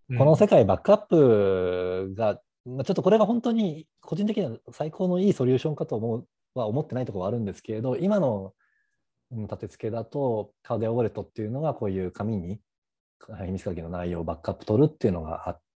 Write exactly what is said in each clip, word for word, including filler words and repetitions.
この世界バックアップが、まあ、ちょっとこれが本当に個人的には最高のいいソリューションかと思うは思ってないところはあるんですけれど、今の立て付けだとカードやウォレットっていうのがこういう紙に秘密鍵の内容をバックアップ取るっていうのがあって、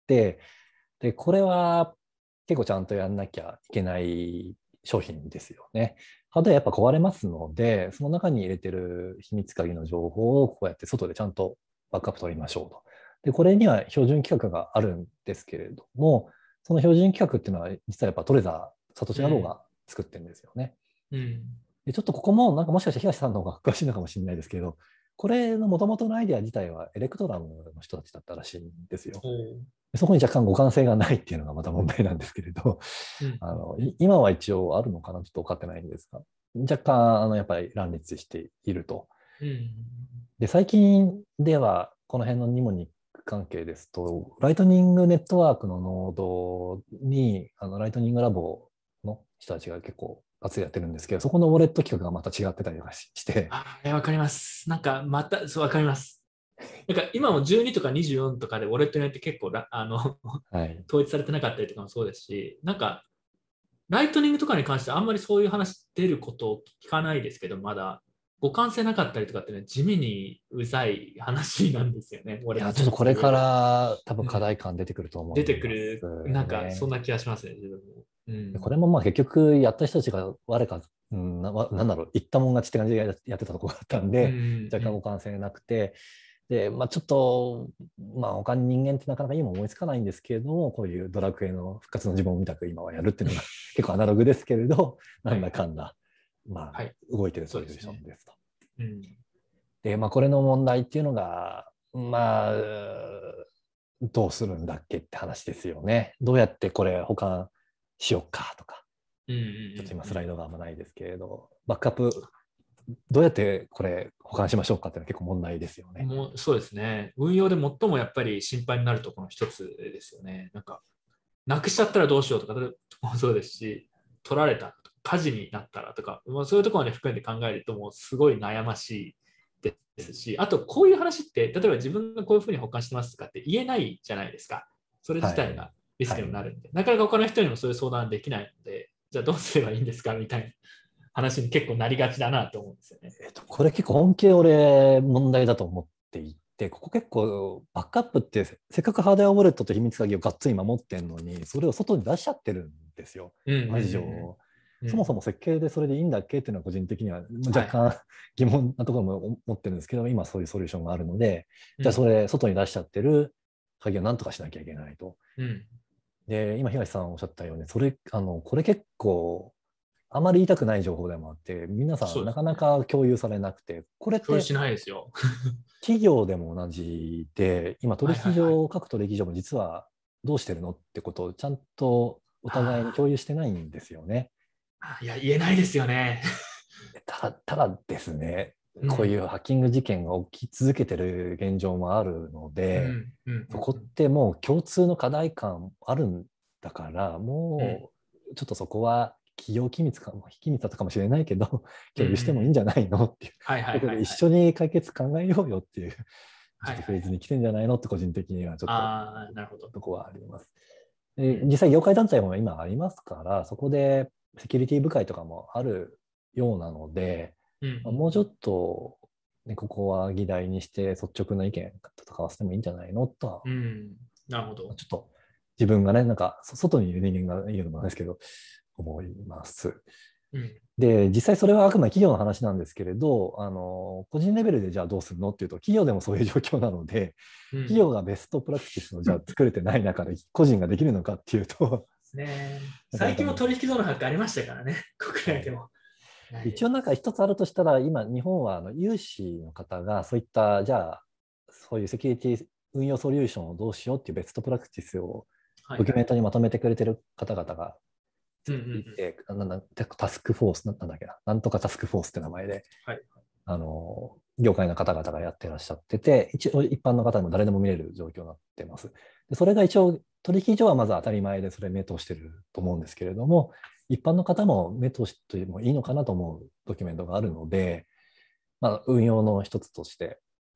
でこれは結構ちゃんとやんなきゃいけない商品ですよね。ハードはやっぱ壊れますので、その中に入れてる秘密鍵の情報をこうやって外でちゃんとバックアップ取りましょうと。で、これには標準規格があるんですけれども、その標準規格っていうのは実はやっぱトレザー、サトシナローが作ってるんですよね。 うん。 でちょっとここもなんかもしかして東さんの方が詳しいのかもしれないですけど、これの元々のアイデア自体はエレクトラムの人たちだったらしいんですよ。そこに若干互換性がないっていうのがまた問題なんですけれど、 うん。 あの今は一応あるのかな、ちょっと分かってないんですが、若干あのやっぱり乱立していると。 うん。 で、最近ではこの辺のニモニック関係ですと、ライトニングネットワークのノードにあのライトニングラボの人たちが結構熱いやってるんですけど、そこのウォレット規格がまた違ってたりとかして。 ああ、わかります。なんか、また、そう、わかります。なんか、今もじゅうにとかにじゅうよんとかでウォレットによって結構ラ、あの、 はい。 統一されてなかったりとかもそうですし、なんか、ライトニングとかに関してあんまりそういう話出ることを聞かないですけど、まだ互換性なかったりとかってね、地味にうざい話なんですよね。ウォレッいや、ちょっとこれかトする上で。 ら多分課うん。 題感出てくると思出ていますくる、なんか、そんね。 な気がしますね、自分も。うん。 これもまあ結局やった人たちが我か、うん、な、なんだろう、言ったもん勝ちって感じでやってたところがあったんうん。 で、若干うん。 互換性なくて、で、まあちょっと、まあ他に人間ってなかなか今思いつかないんですけれども、こういうドラクエの復活の自分を見たく今はやるっていうのが結構アナログですけれど、なんはいはい。 だかんだ、まあはい。 動いてるソリューションそうですね。 ですと。 うん。 で、まあこれの問題っていうのが、まあ、どうするんだっけって話ですよね。どうやってこれ保管しよっかとか。 うんうんちょっと今うんうん。 スライドがあんまないですけれど、バックアップどうやってこれ保管しましょうかっていうのは結構問題ですよね。 もう、そうですね。運用で最もやっぱり心配になるところの一つですよね。なんか、なくしちゃったらどうしようとかもそうですし、取られたとか、火事になったらとか、もうそういうところまで含めて考えると、もうすごい悩ましいですし、あとこういう話って、例えば自分がこういうふうに保管してますとかって言えないじゃないですか。それ自はい。 体がリスクはい。 にもなるんで、なかなか他の人にもそういう相談できないので、じゃあどうすればいいんですかみたいな話に結構なりがちだなと思うんですよね。 えっと、これ結構本気で俺問題だと思っていて、ここ結構バックアップってせっかくハードウェアウォレットと秘密鍵をがっつり守ってるのに、それを外に出しちゃってるんですよ。 うんうんマジ上。 うんうん。うん。 そもそも設計でそれでいいんだっけっていうのは個人的には若はいはい。 干疑問なところも持ってるんですけど、今そういうソリューションがあるので、じゃあそうん。 れ外に出しちゃってる鍵をなんとかしなきゃいけないと。 うん。 で、今東さんおっしゃったように、それ、あの、これ結構あまり言いたくない情報でもあって、皆さんなかなそうですね。 か共有されなくて、これって共有しないですよ。 企業でも同じで、今取はいはいはい。 引所、各取引所も実はどうしてるのってことをちゃんとお互いにあ共有してないんですよね。 あ、いや、言えないですよね。 ただ、ただですね、こういうん。 うハッキング事件が起き続けてる現状もあるので、 うん。うん。 そこっうん。 てもう共通の課題感あるんだから、 うん。 もうちょっとそこは企業機密かも、非機密だったかもしれないけど、 うん。 共有してもいいんうん。 じゃないのっていうはいはいことはいはい。 で一緒に解決考えようよっていう、ちょっとフェーズはいはいはい。 に来てんじゃないのって個人的にはちょっとああ、なるほど。 とこはあります。 うん。 で実際業界団体も今ありますから、そこでセキュリティ部会とかもあるようなので、 うん。うん。 もうちょっと、ね、ここは議題にして率直な意見とかわせてもいいんじゃないのとは、 うん。なるほど。 ちょっと自分がね、なんか外にいる人間が言うのもなんですけど、思います。 うん。 で、実際それはあくまで企業の話なんですけれど、あの、個人レベルでじゃあどうするのっていうと、企業でもそういう状況なので、 うん。 企業がベストプラクティスをじゃあ作れてない中で個人ができるのかっていうと、 ねえ。 なかなか最近も取難しい。 引所のハックありましたからね。国はい。 内でも。はい。 一応なんか一つあるとしたら、今、日本はあの有志の方が、そういった、じゃあ、そういうセキュリティ運用ソリューションをどうしようっていうベストプラクティスをはいはい。 ドキュメントにまとめてくれてる方々がうんうんうん。 いて、なんだタスクフォース、なんだっけな、なんとかタスクフォースって名前で、 はい。 あの、業界の方々がやってらっしゃってて、一応一般の方にも誰でも見れる状況になってます。でそれが一応、取引所はまず当たり前でそれ目通してると思うんですけれども、一般の方も目通してもいいのかなと思うドキュメントがあるので、まあ、運用の一つとして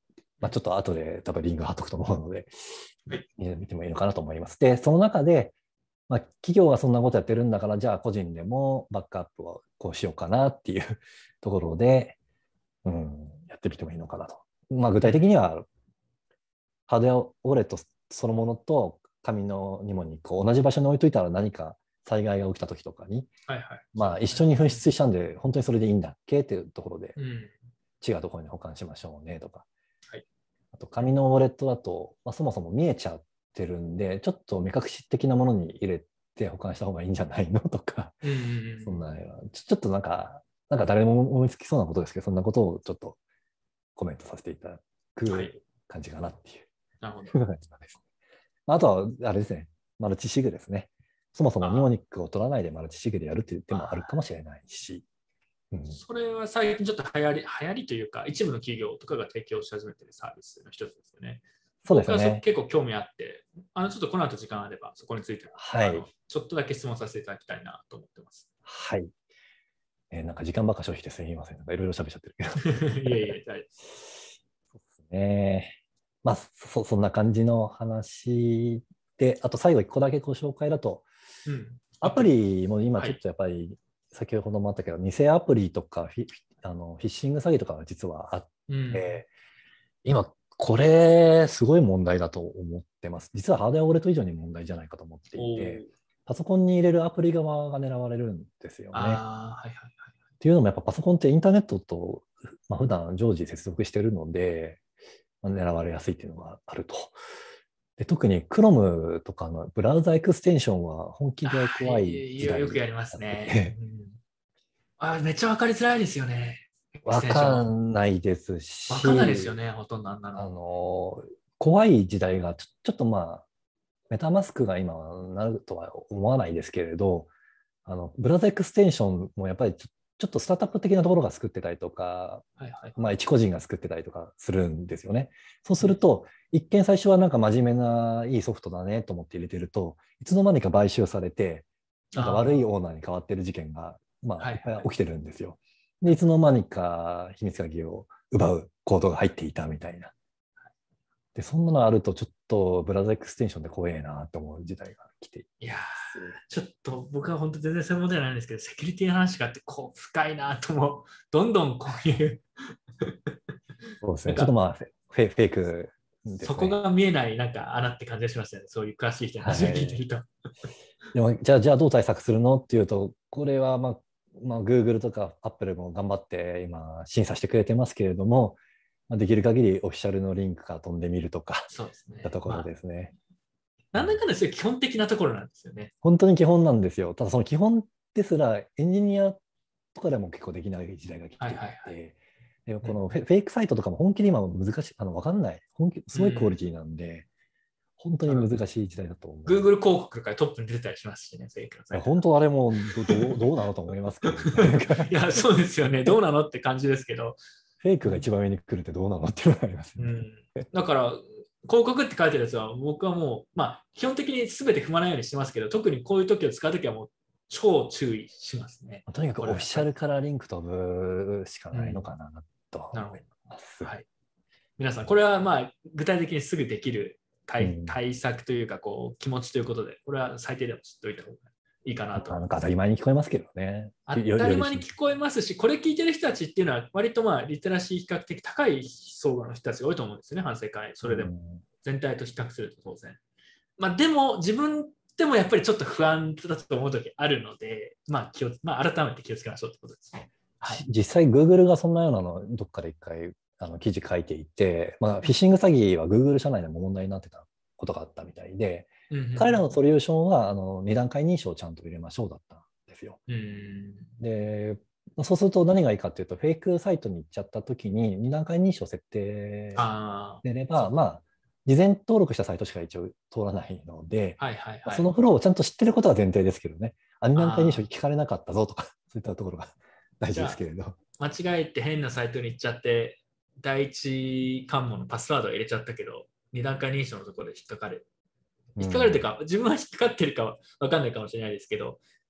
まあ、ちょっと後で多分リンク貼っとくと思うので、 はい、 見てもいいのかなと思います。で、その中で、まあ、企業がそんなことやってるんだから、じゃあ個人でもバックアップをこうしようかなっていうところで、うん、やってみてもいいのかなと。まあ、具体的には、ハードウェアウォレットそのものと紙のニモニックを同じ場所に置いといたら何か災害が起きた時とかに、 はいはい。 まあ、一緒に紛失したんで、本当にそれでいいんだっけっていうところで、 うん。 違うところに保管しましょうねとか。 はい。 あと、紙のウォレットだと、まあ、そもそも見えちゃってるんで、ちょっと目隠し的なものに入れて保管した方がいいんじゃないのとか、 うんうんそうん。 んなちょ、ちょっとなんか、なんか誰でも思いつきそうなことですけど、そんなことをちょっとコメントさせていただはいく感じかなっていうなるほど。 ふうな感じです。あとは、あれですね、マルチシグですね。そもそもニモあニックを取らないでマルチシグでやるっていう手もあるかもしれないし。うん、 それは最近ちょっと流行り、流行りというか、一部の企業とかが提供し始めているサービスの一つですよね。僕はそそうですね。 結構興味あって、あのちょっとこの後時間あれば、そこについてもはい。 あのちょっとだけ質問させていただきたいなと思ってます。 はい。えーなんか時間ばっか消費ですみません。なんかいろいろ喋っちゃってるけど。 いえいえ、大丈夫です。 そうですね。まあ、そ、そんな感じの話で、あと最後一個だけご紹介だと、 うん。 アプアプリ。 リも今はい。 ちょっとやっぱり、先ほどもあったけど、偽アプリとかフィ、あのフィッシング詐欺とかが実はあっうん。 て、今、これ、すごい問題だと思ってます。実はハードウェアウォレット以上に問題じゃないかと思っておいて、 ー。 パソコンに入れるアプリ側が狙われるんですよね。 ああ、はいはいはい。 っていうのも、やっぱパソコンってインターネットと、まあ、普段常時接続しているので、まあ狙われやすいっていうのがあると。で、特に Chrome とかのブラウザエクステンションは本気あであ、 怖いいよ、 時代によくやりますなってね。 て、 うん、あーめっちゃわかりづらいですよね。エクスわテンション。 かんないですわかんないですよし、 ね、ほとんどあんなあの。 の、怖い時代がちょ、ちょっとまあ、メタマスクが今なるとは思わないですけれど、あの、ブラウザエクステンションもやっぱりちょ、ちょっとスタートアップ的なところが作ってたりとか、 はいはいまあ、 はい。 一個人が作ってたりとかするんですよね。そううん、 すると、一見最初はなんか真面目ないいソフトだねと思って入れてると、いつの間にか買収されて、なんか悪いあオーナーに変わってる事件が、まあ、 あ、 はいはいはい。 いっぱい起きてるんですよ。で、いつの間にか秘密鍵を奪うコードが入っていたみたいな。で、そんなのあると、ちょっとブラウザエクステンションで怖えなと思う時代が来ていいやー、 ます。 ちょっと僕は本当全然専門ではないんですけど、セキュリティの話があって、こう、深いなと思う。どんどんこういうそうですね。ちょっとなんか、 まあ、フェ、フェイクでそこすね。 が見えないなんか穴って感じがしましたね。そういう詳しい人には話を聞いてい。 ると。 でも、じゃあ、じゃあどう対策するのっていうと、これはまあ、まあ、Google とか Apple も頑張って今、審査してくれてますけれども、まあ、できる限りオフィシャルのリンクから飛んでみるとか、 そうですいったね。 ところまあ、 ですね。うなんだん、 かんだそういう基本的なところなんですよね。 本当に基本なんですよ。ただ、その基本ですら、エンジニアとかでも結構できない時代が来ていはいはいはい。 て、でうん。 このフェ、フェイクサイトとかも本気で今難しい、あの、わかんない。本気、すうん。 ごいクオリティなんで、本当にあの、 難しい時代だと思う。 Google 広告からトップに出てたりしますしね、フェイクのサイトが。 本当あれもど、どう、どうなのと思いますけどね。なんかいや、そうですよね。どうなのって感じですけど。 フェイクがうん。 一番上に来るってどうなのっていうのがありますよね。 うん、だから、広告って書いてるやつは、僕はもう、まあ、基本的に全て踏まないようにしてますけど、特にこういう時を使う時はもう、超注意しますね。 とにかくこれはやっぱり。 オフィシャルからリンク飛ぶしかないのうん。 かなとは思いなるほど。 ます。 はい。皆さん、これはまあ、具体的にすぐできる対、 うん。 対策というか、こう、気持ちということで、これは最低でも知っておいた方がいいかなとまあ、なん思います。 か当たり前に聞こえますけどね。 当よ、 たりよりし、 前に聞こえますし、これ聞いてる人たちっていうのは、割とまあ、リテラシー比較的高い層の人たちが多いと思うんですよね、反省会。そうれでも。 ん。 全体と比較すると当然。まあ、でも、自分でもやっぱりちょっと不安だと思う時あるので、まあ気を、まあ、改めて気をつけましょうってことですね。はい。 実際 Google がそんなようなのどっかで一回あの記事書いていて、まあ、フィッシング詐欺は Google 社内でも問題になってたことがあったみたいで、 うんうん彼らのソリューションはあのに段階認証をちゃんと入れましょうだったんですよ。 うん。うんで、そうすると何がいいかっていうと、フェイクサイトに行っちゃった時にに段階認証設定ああ、 でれば、 そう。 まあ、事前登録したサイトしか一応通らないので、 はいはいはい。 そのフローをちゃんと知ってることは前提ですけどね、あ、に段階認証ああ、 聞かれなかったぞとか、そういったところが大事ですじゃあ、 けれど。 間違えて変なサイトに行っちゃって、第一関門のパスワードを入れちゃったけど、二段階認証のところで引っかかる。 う引っかかるというん。 か、自分は引っかかってるかは分かんないかもしれないですけど、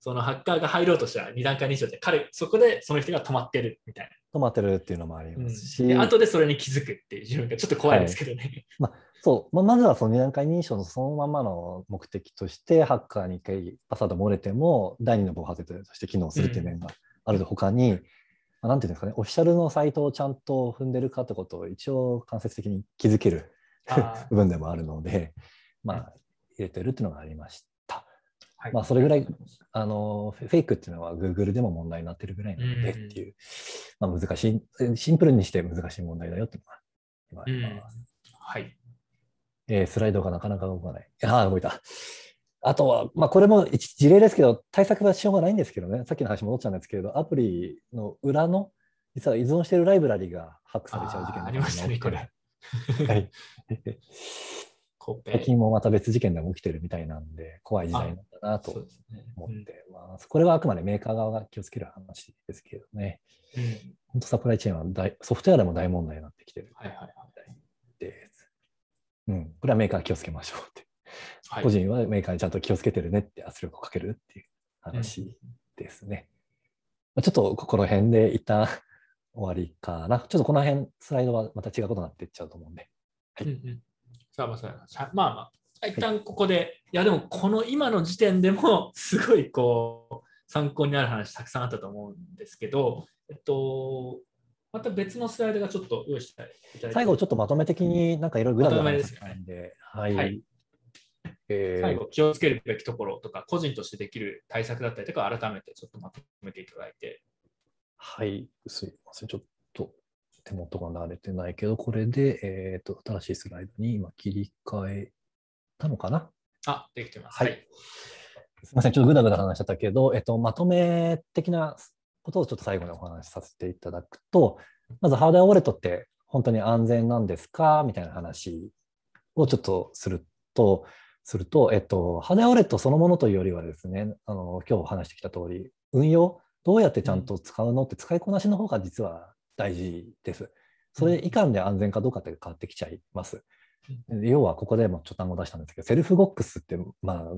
そのハッカーが入ろうとしたらに段階認証で、彼、そこでその人が止まってるみたい止まってるっていうのもありな。 ますし、 うん、で、後でそれに気づくっていう自分がちょっと怖いですけどね。 はい、まあ、そう、まあ、まずはそのに段階認証のそのままの目的として、ハッカーに一回パスワード漏れても、第二の防波堤として機能するっていう面があるほかに、うん、まあ、なんていうんですかね、オフィシャルのサイトをちゃんと踏んでるかってことを一応間接的に気づける部分でもあるので、まあ、入れてるっていうのがありました。はい、まあ、それぐらい、あの、フェイクっていうのは Google でも問題になってるぐらいなのでっていう、まあ、難しい、シンプルにして難しい問題だよっていうのが今あります。うん、 はい。 えー、スライドがなかなか動かない。ああ、動いた。あとは、まあ、これも一事例ですけど、対策はしようがないんですけどね、さっきの話戻っちゃうんですけど、アプリの裏の、実は依存しているライブラリがハックされちゃう事件が今起きてる。 はい。最近もまた別事件でも起きてるみたいなんで、怖い時代なんだなと思ってます。これはあくまでメーカー側が気をつける話ですけどね。うん、本当サプライチェーンは大ソフトウェアでも大問題になってきてるみたいです。うん、これはメーカー気をつけましょうって。はい、個人はメーカーにちゃんと気をつけてるねって圧力をかけるっていう話ですね。うん、ちょっとこの辺で一旦終わりかな。ちょっとこの辺、スライドはまた違うことになっていっちゃうと思うんで。はい。うんうん、 さあまあまあ、まあ、一旦ここで、はい、いやでもこの今の時点でもすごいこう参考になる話たくさんあったと思うんですけど、えっと、また別のスライドがちょっと用意していただいて。 最後ちょっとまとめ的になんかいろいろグラグラ話したんで、はい。はいえー、最後気をつけるべきところとか、個人としてできる対策だったりとか、改めてちょっとまとめていただいて。 はい、すいません。ちょっと手元が慣れてないけど、これで、えっと、新しいスライドに今切り替えたのかな？ あ、できてます。 はい。すみません。ちょっとぐだぐだ話しちゃったけど、えっと、まとめ的なことをちょっと最後にお話しさせていただくと、まずハードウェアウォレットって本当に安全なんですかみたいな話をちょっとすると、すると、えっと、ハードウェアウォレットそのものというよりはですね、あの、今日話してきた通り、運用、どうやってちゃんと使うのって使いこなしの方が実は大事です。それ以下で安全かどうかって変わってきちゃいます。要はここでもちょっと単語出したんですけど、セルフゴックスって、まあ、うん、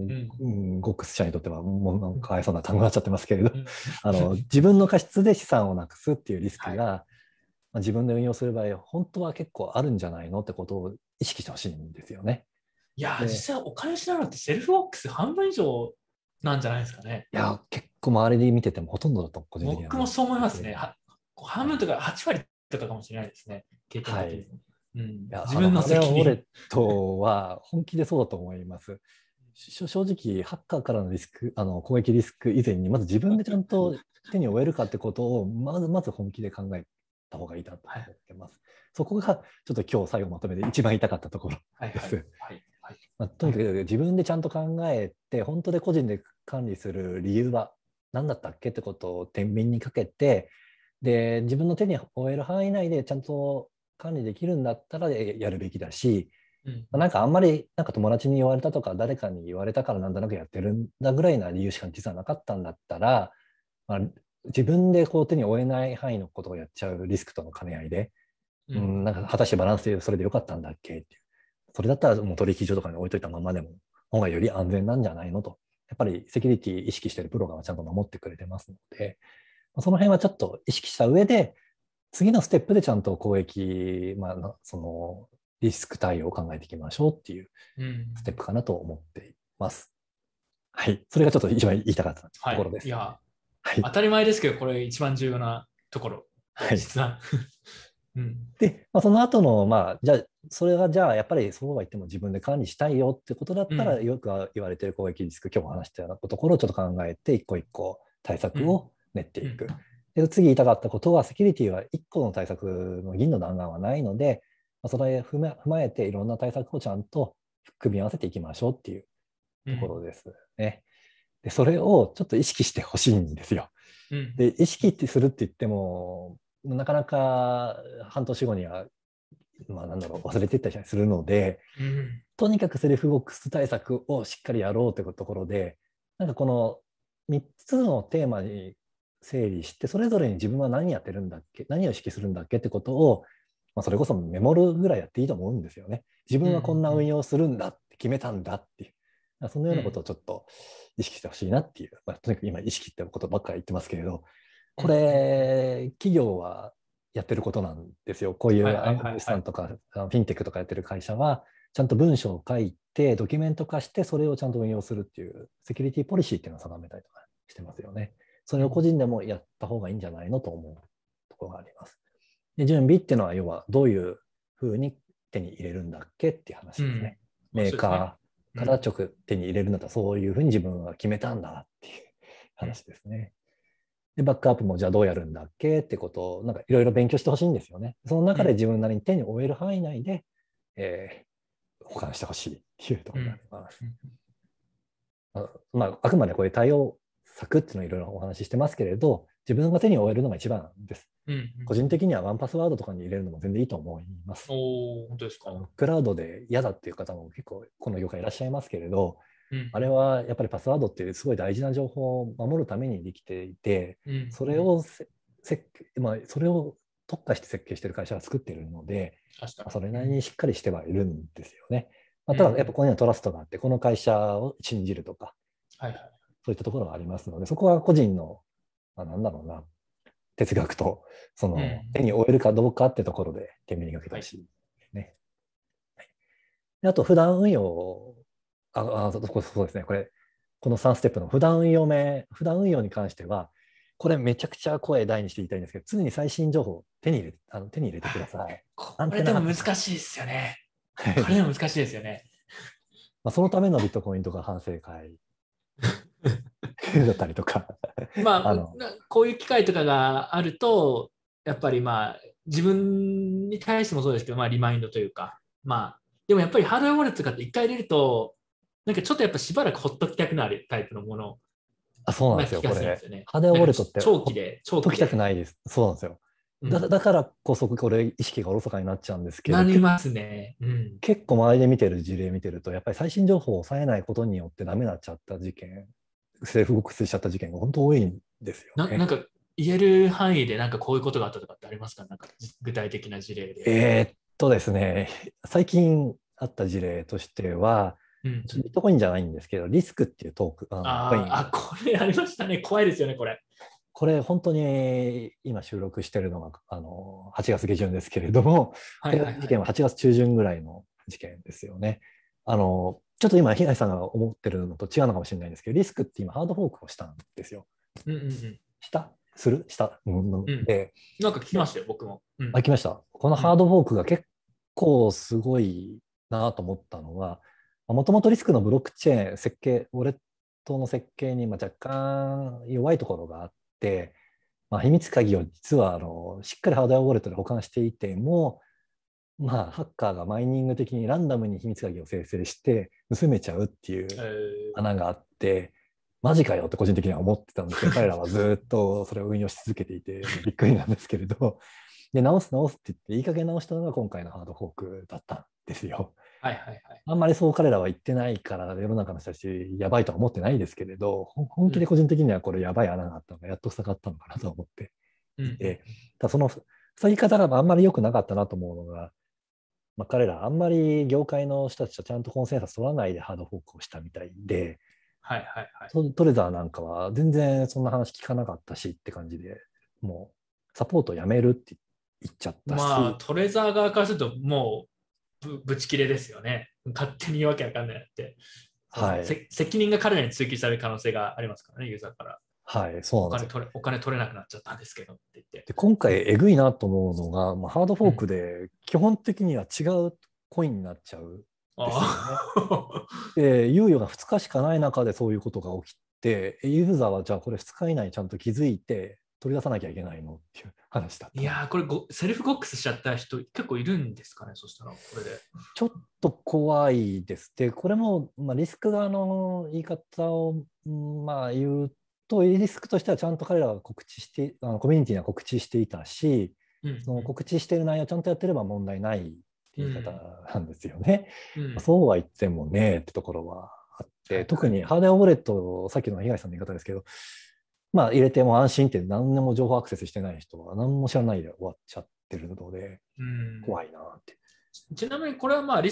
ゴックス社にとってはもうかわいそうな単語になっちゃってますけれど、あの自分の過失で資産をなくすっていうリスクが、はい、まあ、自分で運用する場合、本当は結構あるんじゃないのってことを意識してほしいんですよね。 いや、実際お金失うのってセルフゴックス半分以上なんじゃないですかね。 いや、結構周りで見ててもほとんどだと個人的には。 僕もそう思いますね。半分とかはち割とかかもしれないですね。経験的に。はい、うん、自分の責任。 ハードウォレットは本気でそうだと思います。正直、ハッカーからのリスク、あの攻撃リスク以前に、まず自分でちゃんと手に負えるかってことを、まずまず本気で考えた方がいいなと思ってます。はい、そこがちょっと今日最後まとめて一番言いたかったところです。とにかく自分でちゃんと考えて、本当で個人で管理する理由は何だったっけってことを天秤にかけて、で、自分の手に負える範囲内でちゃんと管理できるんだったらやるべきだし、うん、なんかあんまりなんか友達に言われたとか誰かに言われたからなんとなくやってるんだぐらいな理由しか実はなかったんだったら、まあ、自分でこう手に負えない範囲のことをやっちゃうリスクとの兼ね合いで、うんうん、なんか果たしてバランスでそれでよかったんだっけっていう。それだったらもう取引所とかに置いといたままでも方がより安全なんじゃないのと。やっぱりセキュリティ意識してるプロがちゃんと守ってくれてますので、その辺はちょっと意識した上で、次のステップでちゃんと攻撃、まあ、そのリスク対応を考えていきましょうっていうステップかなと思っています。うん、はい。それがちょっと一番言いたかったところです。 はい、いや、はい、当たり前ですけど、これ一番重要なところ。はい。実は。 うん、で、まあ、その後の、まあ、じゃあ、それがじゃあ、やっぱりそうは言っても自分で管理したいよってことだったら、うん、よく言われている攻撃リスク、今日も話したようなところをちょっと考えて、一個一個対策を練っていく。うん、で次言いたかったことは、セキュリティはいっこの対策の銀の弾丸はないので、まあ、それを踏ま、踏まえていろんな対策をちゃんと組み合わせていきましょうっていうところですね。うん、でそれをちょっと意識してほしいんですよ。うん、で意識ってするって言っても、なかなか半年後には、まあ、なんだろう、忘れていったりするので、うん、とにかくセルフボックス対策をしっかりやろうというところで、なんかこのみっつのテーマに整理して、それぞれに自分は何やってるんだっけ、何を意識するんだっけってことを、まあ、それこそメモるぐらいやっていいと思うんですよね。自分はこんな運用するんだって決めたんだっていう。 そのようなことをちょっと意識してほしいなっていう、まあ、とにかく今意識ってことばっかり言ってますけれど、これ、企業はやってることなんですよ。こういう暗号資産とかフィンテックとかやってる会社は、ちゃんと文章を書いて、ドキュメント化して、それをちゃんと運用するっていうセキュリティポリシーっていうのを定めたりとかしてますよね。それを個人でもやった方がいいんじゃないのと思うところがあります。で、準備っていうのは、要はどういうふうに手に入れるんだっけっていう話ですね。うん、メーカーから直手に入れるんだったら、そういうふうに自分は決めたんだっていう話ですね。で、バックアップもじゃあどうやるんだっけってことを、なんかいろいろ勉強してほしいんですよね。その中で自分なりに手に負える範囲内で、えー、保管してほしいっていうところになります。うん、まあ、あくまでこういう対応策っていうのをいろいろお話ししてますけれど、自分が手に負えるのが一番です。うんうん、個人的にはワンパスワードとかに入れるのも全然いいと思います。 お、本当ですか。 あのクラウドで嫌だっていう方も結構この業界いらっしゃいますけれど、うん、あれはやっぱりパスワードってすごい大事な情報を守るためにできていて、うん、それをせせ、まあ、それを特化して設計している会社が作っているので、それなりにしっかりしてはいるんですよね。まあ、ただ、やっぱここにはトラストがあって、この会社を信じるとか、はいはい、そういったところがありますので、そこは個人の、まあ、なんだろうな、哲学とその、うん、手に負えるかどうかってところで手秤にかけてほしいですね。はい、であと、普段運用、ああそうですね、これ、このさんステップの普段運用名、普段運用に関しては、これめちゃくちゃ声大にして言いたいんですけど、常に最新情報を手に入れ、あの手に入れてください。 これでも難しいですよね。これでも難しいですよね。 まあそのためのビットコインとか反省会だったりとか。 まあ、あのこういう機会とかがあると、やっぱりまあ、自分に対してもそうですけど、まあ、リマインドというか、まあ、でもやっぱりハードウェアウォレットとかって一回入れると、なんかちょっとやっぱしばらくほっときたくなるタイプのもの。 あ、そうなんですよ、これ。ハードウェアウォレットって長期で、長期で。 解きたくないです。そうなんですよ。だ, だからこそ、これ、意識がおろそかになっちゃうんですけど、 なりますね、うん、 結構周りで見てる事例見てると、やっぱり最新情報を抑えないことによってダメになっちゃった事件、セーフボックスしちゃった事件が本当多いんですよね。 な, なんか言える範囲で、なんかこういうことがあったとかってありますか？なんか具体的な事例で。 えー、っとですね、最近あった事例としては、うん、ビットコインじゃないんですけど、リスクっていうトーク、 あコインあ、これありましたね。怖いですよね、これ。 これ本当に今収録してるのがあのはちがつ下旬ですけれども、はいはいはい、この事件ははちがつ中旬ぐらいの事件ですよね。あのちょっと今、東さんが思ってるのと違うのかもしれないんですけど、リスクって今ハードフォークをしたんですよ。 うんうんうん、 したするした、うん、で、 なんか聞きましたよ、僕も。 うん、あ、聞きました。このハードフォークが結構すごいなと思ったのは、もともとリスクのブロックチェーン設計、ウォレットの設計に若干弱いところがあって、まあ、秘密鍵を実はあのしっかりハードウェアウォレットで保管していても、まあ、ハッカーがマイニング的にランダムに秘密鍵を生成して盗めちゃうっていう穴があって、マジかよって個人的には思ってたんですけど、彼らはずっとそれを運用し続けていて、びっくりなんですけれど、で、直す直すって言って、いい加減直したのが今回のハードフォークだったんですよ。 はいはいはい。 あんまりそう彼らは言ってないから、世の中の人たちやばいとは思ってないですけれど、本気で個人的にはこれやばい穴があったのがやっと塞がったのかなと思っていて、うん、その塞ぎ方があんまり良くなかったなと思うのが、まあ、彼らあんまり業界の人たちとちゃんとコンセンサス取らないでハードフォークをしたみたいで、 はいはいはい、 トレザーなんかは全然そんな話聞かなかったしって感じで、もうサポートやめるって言っちゃったし。 まあ、トレザー側からするともう ぶ, ぶち切れですよね。勝手にわけわかんないって。はい、責任が彼らに追及される可能性がありますからね、ユーザーから。 はい、そうなんですよ。お金取れなくなっちゃったんですけどって言って。 で今回、えぐいなと思うのが、まあ、ハードフォークで基本的には違うコインになっちゃうんですよね。で、猶予がふつかしかない中でそういうことが起きて、ユーザーはじゃあこれふつか以内にちゃんと気づいて取り出さなきゃいけないのっていう話だった。 いやー、これごセルフボックスしちゃった人結構いるんですかね、そしたら、これで。 ちょっと怖いです。で、これも、まあ、リスク側の言い方を、まあ、言うと、リスクとしてはちゃんと彼らが告知して、あのコミュニティには告知していたし、うんうん、その告知している内容をちゃんとやってれば問題ないって言い方なんですよね。うんうん、そうは言ってもねってところはあって、はい、特にハードウェアウォレット、さっきの東さんの言い方ですけど、まあ、入れても安心って何でも情報アクセスしてない人は何も知らないで終わっちゃってるので、うん、怖いなって。 ちなみにこれはまあリスク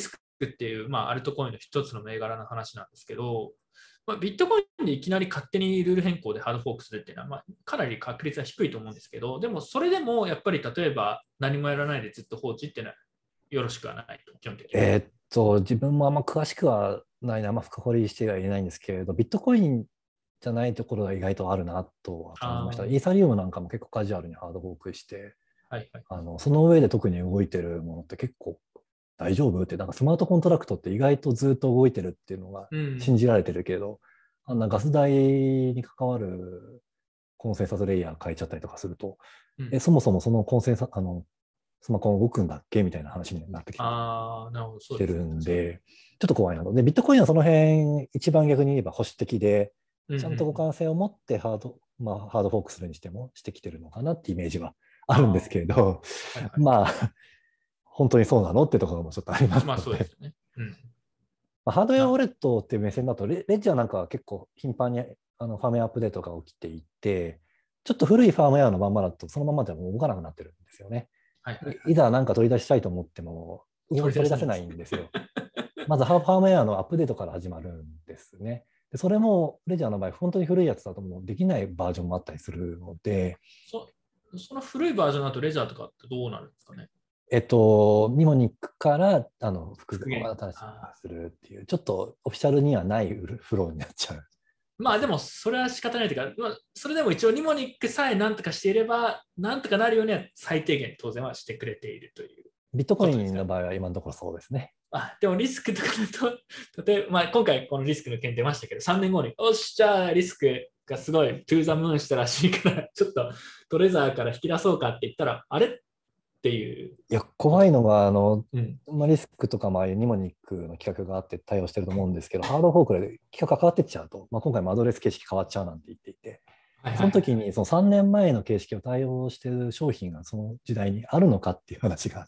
クっていう、まあ、アルトコインの一つの銘柄の話なんですけど、まあ、ビットコインでいきなり勝手にルール変更でハードフォークするっていうのは、まあ、かなり確率は低いと思うんですけど、でもそれでもやっぱり例えば何もやらないでずっと放置っていうのはよろしくはないと、基本的に。 えーっと、自分もあんま詳しくはないな、あんま深掘りしてはいないんですけれど、ビットコインじゃないところが意外とあるなとは感じました。 あイーサリウムなんかも結構カジュアルにハードフォークして、 はいはい、 あのその上で特に動いてるものって結構大丈夫って、なんかスマートコントラクトって意外とずっと動いてるっていうのが信じられてるけど、うん、あんなガス代に関わるコンセンサスレイヤー変えちゃったりとかすると、うん、えそもそもそのコンセンサあのスマホ動くんだっけみたいな話になってきてるんで、ちょっと怖いなので、ビットコインはその辺、一番逆に言えば保守的で、ちゃんと互換性を持ってハード、まあ、ハードフォークするにしてもしてきてるのかなってイメージはあるんですけれど、はいはい、まあ、本当にそうなのってところもちょっとありますので。 まあそうですね。うん、 まあ、ハードウェアウォレットっていう目線だと、レ, レジャーなんかは結構頻繁にあのファームウェアアップデートが起きていて、ちょっと古いファームウェアのまんまだと、そのままでも動かなくなってるんですよね。はいはいはい、いざ何か取り出したいと思っても、取り出せないんですよ。まずハーファームウェアのアップデートから始まるんですね。でそれもレジャーの場合、本当に古いやつだともうできないバージョンもあったりするので。 そ, その古いバージョンだとレジャーとかってどうなるんですかね。 えっと、ニモニックからあの復元を新しくするっていう、ちょっとオフィシャルにはないフローになっちゃう。 まあでもそれは仕方ないというか、まあ、それでも一応ニモニックさえ何とかしていれば、なんとかなるようには最低限当然はしてくれているという。 ビットコインの場合は今のところそうですね。 あでもリスクとかだと、例えば、まあ、今回このリスクの件出ましたけど、さんねんごに、おっしゃあリスクがすごいトゥーザムーンしたらしいから、ちょっとトレザーから引き出そうかって言ったら、あれっていう。 いや、怖いのが、あの、うん、まあ、リスクとかもああいうニモニックの企画があって対応してると思うんですけど、ハードフォークで企画が変わってっちゃうと、まあ、今回もアドレス形式変わっちゃうなんて言っていて、その時にそのさんねんまえの形式を対応している商品がその時代にあるのかっていう話があって、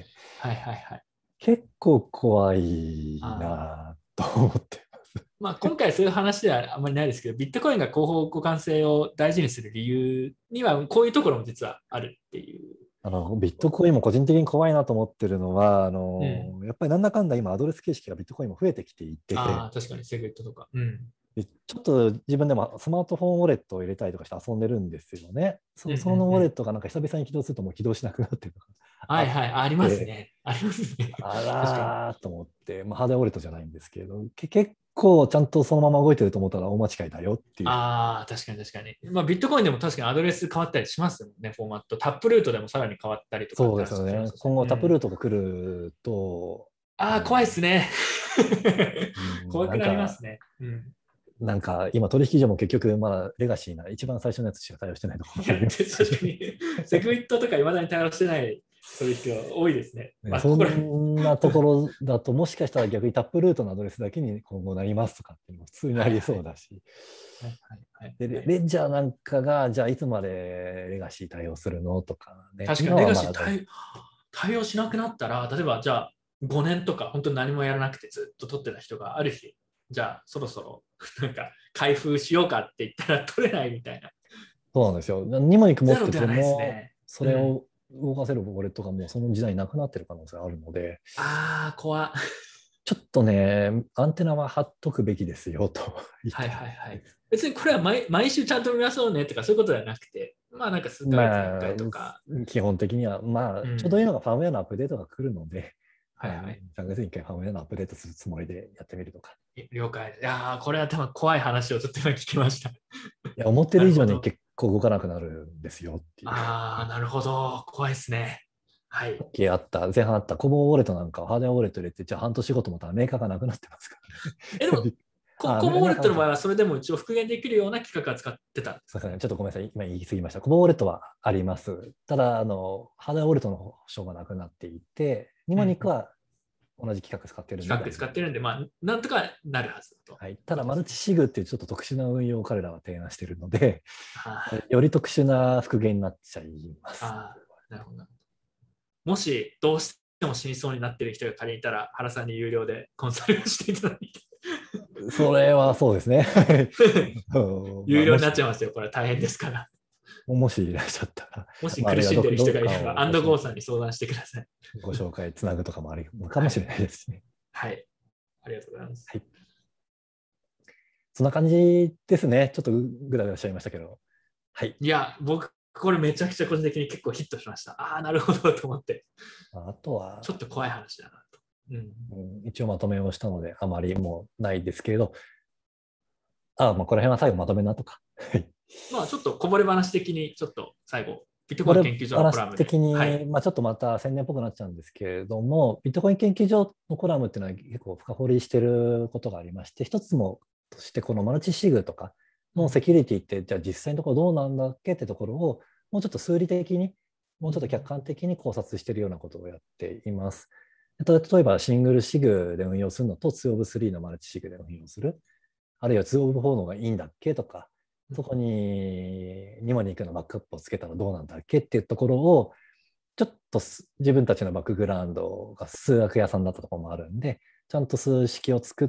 はいはいはい、 結構怖いなと思ってます。 まあ今回そういう話ではあんまりないですけど、ビットコインが広報互換性を大事にする理由には、こういうところも実はあるっていう。 あのビットコインも個人的に怖いなと思ってるのは、あの、うん、やっぱりなんだかんだ今アドレス形式がビットコインも増えてきていて、 あ確かにセグウィットとか、うん、 ちょっと自分でもスマートフォンウォレットを入れたりとかして遊んでるんですよね。そ, そのウォレットがなんか久々に起動するともう起動しなくなってるとか。 はいはい、ありますね。ありますね。 あらーと思って、まあ、ハードウォレットじゃないんですけど、結構ちゃんとそのまま動いてると思ったら大間違いだよっていう。 ああ、確かに確かに。まあ、ビットコインでも確かにアドレス変わったりしますよね、フォーマット。タップルートでもさらに変わったりとか。 そうですよね。今後タップルートが来ると。 うん、ああ、怖いっすね。怖くなりますね。うんなんか今取引所も結局まだレガシーな一番最初のやつしか対応してないところがありますし。 確かにセグウィットとかいまだに対応してない取引が多いですね。 まあ、そんなところだともしかしたら逆にタップルートのアドレスだけに今後なりますとかっていうのも普通にありそうだし。でレンジャーなんかがじゃあいつまでレガシー対応するのとかね。 確かにレガシー対, 対応しなくなったら例えばじゃあごねんとか本当に何もやらなくてずっと取ってた人がある日じゃあそろそろなんか開封しようかって言ったら取れないみたいな。 そうなんですよ。にまい持ってても、ね、それを動かせるウォレットがもうその時代になくなってる可能性あるので。 ああ、怖ちょっとね、アンテナは張っとくべきですよと。 はいはいはい。別にこれは 毎, 毎週ちゃんと見ましょうねとかそういうことではなくて、まあなんか数ヶ月にいっかいとか。 まあ、基本的には、まあ、うん、ちょうどいいのがファームウェアのアップデートが来るので、はいはい、さんかげつにいっかいファームウェアのアップデートするつもりでやってみるとか。 了解。いやこれは多分怖い話をちょっと今聞きました。いや思ってる以上に結構動かなくなるんですよっていう。 ああ、なるほど。怖いですね。はい。 あった前半あったコボウォレットなんかハードウェアウォレット入れて、じゃあ半年後と思ったらメーカーがなくなってますからね。 えでもコボウォレットの場合はそれでも一応復元できるような規格は使ってたんですか、 ね、ちょっとごめんなさい、今言い過ぎました。コボウォレットはあります。ただ、あのハードウェアウォレットの保証がなくなっていて、ニモニックは同じ規格使ってるんで。 規格使ってるんで、まあ、なんとかなるはずと。 はい、ただ、マルチシグっていうちょっと特殊な運用を彼らは提案しているので、より特殊な復元になっちゃいます。 あなるほど。もし、どうしても死にそうになっている人が仮にいたら、原さんに有料でコンサルをしていただいて。 それはそうですね。 有料になっちゃいますよ、これ大変ですから。 もしいらっしゃったら。 もし苦しんでる人がいれば、アンドゴーさんに相談してください。 ご紹介つなぐとかもあるかもしれないですしね。 はい。ありがとうございます。 はい。そんな感じですね。ちょっとぐだぐだしちゃいましたけど。はい。 いや、僕、これめちゃくちゃ個人的に結構ヒットしました。ああ、なるほどと思って。 あとは、 ちょっと怖い話だなと。うん、 うん、一応まとめをしたので、あまりもうないですけれど、あ、まあ、この辺は最後まとめなとか。はい。 まあ、ちょっとこぼれ話的に、ちょっと最後、ビットコインこれ研究所のコラムで。 話的に、 はい。 まあ、ちょっとまた宣伝っぽくなっちゃうんですけれども、ビットコイン研究所のコラムっていうのは結構深掘りしてることがありまして、一つもとしてこのマルチシグとかのセキュリティって、じゃあ実際のところどうなんだっけってところを、もうちょっと数理的に、もうちょっと客観的に考察しているようなことをやっています。例えばシングルシグで運用するのとツーオブスリーのマルチシグで運用する。あるいはツーオブフォーの方がいいんだっけとか、そこににまでいくのバックアップをつけたらどうなんだっけっていうところを、ちょっと自分たちのバックグラウンドが数学屋さんだったところもあるんで、ちゃんと数式を作って、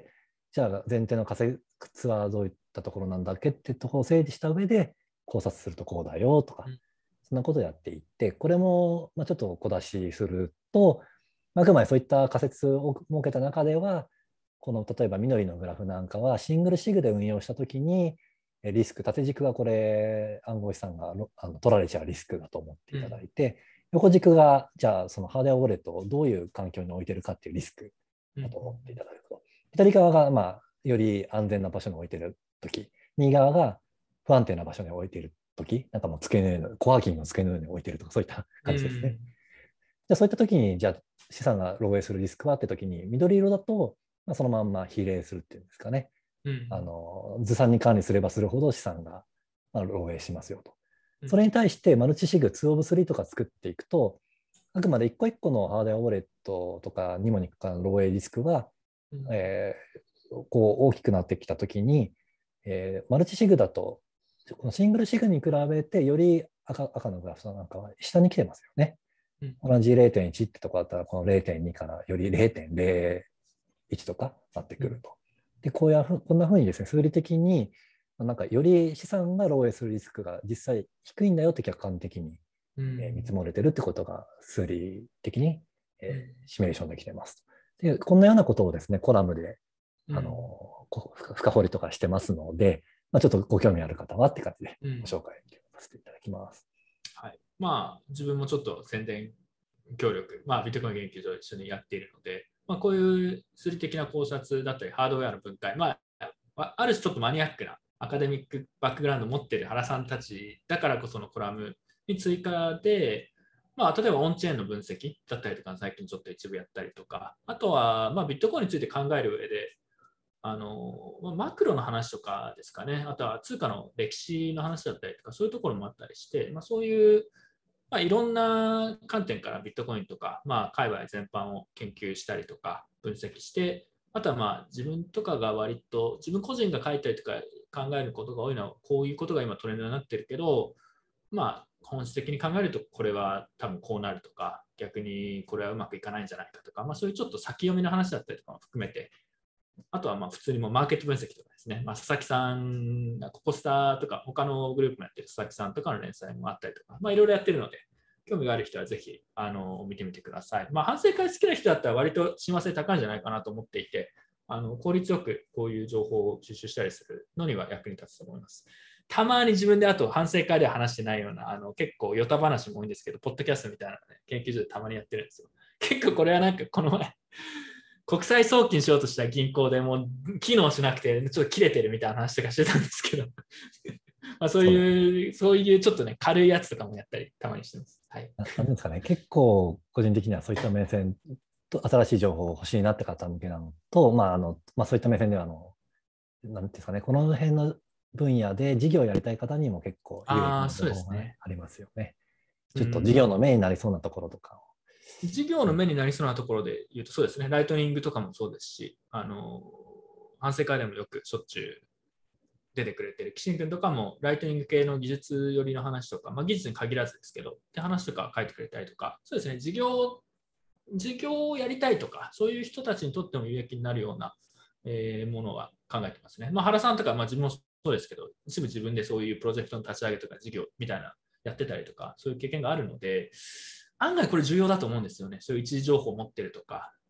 じゃあ前提の仮説はどういったところなんだっけっていうところを整理した上で考察するとこうだよとか、そんなことをやっていって、これもまあちょっと小出しすると、あくまでそういった仮説を設けた中では、この例えば緑のグラフなんかはシングルシグで運用したときに、リスク、縦軸がこれ暗号資産があの取られちゃうリスクだと思っていただいて、うん、横軸がじゃあそのハードウェアウォレットをどういう環境に置いてるかっていうリスクだと思っていただくと、うん、左側がまあより安全な場所に置いてるとき、右側が不安定な場所に置いているとき、なんかもう机の上の、コワーキングの机の上に置いてるとかそういった感じですね。うん、じゃあそういったときに、じゃあ資産が漏洩するリスクはってときに、緑色だとまあ、そのまんま比例するっていうんですかね。うん、あのずさんに管理すればするほど資産が漏洩しますよと。それに対してマルチシグツーオブスリーとか作っていくと、あくまで一個一個のハードウェアウォレットとかニモニックからの漏洩リスクは、うん、えー、こう大きくなってきたときに、えー、マルチシグだとこのシングルシグに比べてより 赤, 赤のグラフなんかは下に来てますよね。うん、同じ れいてんいち ってとこだったらこの れいてんに からより れいてんゼロいちとかなってくると。で、こうやふこんなふうにですね、数理的に、なんかより資産が漏洩するリスクが実際低いんだよって客観的に、うん、えー、見積もれてるってことが数理的に、えー、シミュレーションできてます。で、こんなようなことをですね、コラムで、あの、うん、深掘りとかしてますので、まあ、ちょっとご興味ある方はって感じでご紹介させていただきます。 うん、はい。まあ、自分もちょっと宣伝協力、まあ、ビットコイン研究所一緒にやっているので、まあ、こういう数理的な考察だったり、ハードウェアの分解、まあ、ある種ちょっとマニアックなアカデミックバックグラウンドを持っている原さんたちだからこそのコラムに追加で、まあ、例えばオンチェーンの分析だったりとか、最近ちょっと一部やったりとか、あとは、まあ、ビットコインについて考える上で、あのマクロの話とかですかね、あとは通貨の歴史の話だったりとか、そういうところもあったりして、まあ、そういうまあ、いろんな観点からビットコインとか、まあ、界隈全般を研究したりとか分析して、あとはまあ自分とかが割と自分個人が書いたりとか考えることが多いのはこういうことが今トレンドになってるけど、まあ本質的に考えるとこれは多分こうなるとか、逆にこれはうまくいかないんじゃないかとか、まあ、そういうちょっと先読みの話だったりとかも含めて、あとはまあ普通にもうマーケット分析とかですね、まあ、佐々木さん、ココスタとか他のグループもやってる佐々木さんとかの連載もあったりとか、まあいろいろやってるので、興味がある人はぜひあの見てみてください。まあ反省会好きな人だったら割と親和性高いんじゃないかなと思っていて、あの効率よくこういう情報を収集したりするのには役に立つと思います。たまに自分であと反省会では話してないようなあの結構ヨタ話も多いんですけど、ポッドキャストみたいな、ね、研究所でたまにやってるんですよ。結構これはなんかこの前国際送金しようとした銀行でもう機能しなくてちょっと切れてるみたいな話とかしてたんですけどまあそういう、そういうちょっとね、軽いやつとかもやったりたまにしてます。はい。 なんですかね、結構個人的にはそういった目線と新しい情報欲しいなって方向けなのと、まああのまあ、そういった目線ではあの、なんていうんですかね、この辺の分野で事業をやりたい方にも結構有益な情報がありますよね。ちょっと事業の目になりそうなところとかを。 事業の目になりそうなところで言うとそうですね、ライトニングとかもそうですし、あの反省会でもよくしょっちゅう出てくれてる岸君とかもライトニング系の技術寄りの話とか、まあ、技術に限らずですけど、って話とか書いてくれたりとか、そうですね、事業、事業をやりたいとか、そういう人たちにとっても有益になるような、えー、ものは考えてますね。まあ、原さんとか、まあ、自分もそうですけど、一部自分でそういうプロジェクトの立ち上げとか事業みたいなやってたりとか、そういう経験があるので、案外これ重要だと思うんですよね。そういう一時情報を持ってるとか、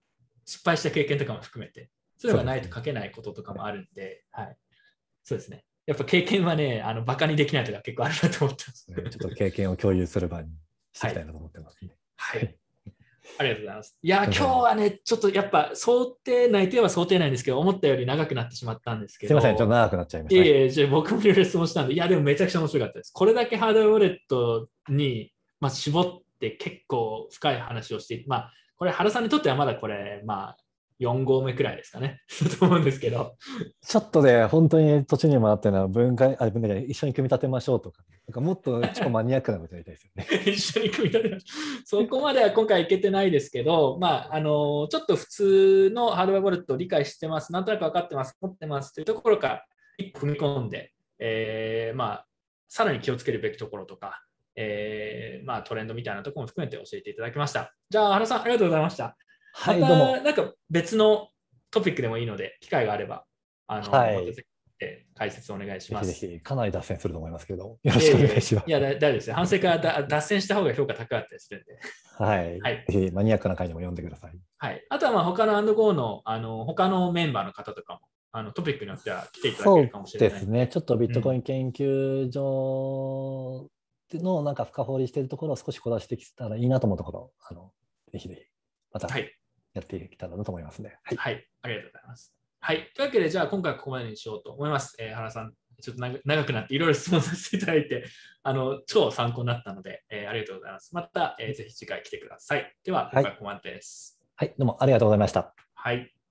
失敗した経験とかも含めて、そういうのがないと書けないこととかもあるんで、はい。そうですね。やっぱ経験はね、あのバカにできないとか結構あるなと思ってます。 ちょっと経験を共有する場にしていきたいなと思ってますね。 はい。はい、ありがとうございます。いや、今日はね、ちょっとやっぱ想定内といえば想定内ですけど、思ったより長くなってしまったんですけど。 すみません、ちょっと長くなっちゃいました。 いえいえ、じゃあ僕もいろいろ質問したんで、いや、でもめちゃくちゃ面白かったです。これだけハードウェアウォレットに、まあ、絞って結構深い話をして、まあ、これ原さんにとってはまだこれ、まあ、よん号目くらいですかね。と思うんですけど。 ちょっとで、本当に途中にもあったのは分解、あ、分解一緒に組み立てましょうとか、なんかもっと超マニアックなことやりたいですよね。 一緒に組み立てましょう。そこまでは今回いけてないですけど、まあ、あの、ちょっと普通のハードウェアウォレットを理解してます、なんとなく分かってます、持ってますというところから一歩踏み込んで、えー、まあ、さらに気をつけるべきところとか、えー、まあ、トレンドみたいなところも含めて教えていただきました。じゃあ、原さん、ありがとうございました。まはい、 た、 どうも。 なんか別のトピックでもいいので、機会があれば、あの、 はい。 またぜひ解説お願いします。 ぜひぜひ、かなり脱線すると思いますけど、よろしくお願いします。 いや、大丈夫ですよ。反省から脱線した方が評価高かったりするんで。 はい。 はい、 ぜひ、マニアックな回にも読んでください。 はい。あとは、まあ、他のアンドゴーの、あの、他のメンバーの方とかも、あのトピックによっては来ていただけるかもしれないそうですね。ちょっとビットコインン研究所のなんか深掘りしているところを少し小出してきたらいいなと思うところ、あのぜひぜひ、またやっていけたらなと思いますね。 はい、はい。ありがとうございます。はい。というわけで、じゃあ今回はここまでにしようと思います。えー、原さん、ちょっと長くなっていろいろ質問させていただいて、あの超参考になったので、えー、ありがとうございます。また、えー、ぜひ次回来てください。では、今回はここまでです。 はい、はい、どうもありがとうございました。 はい。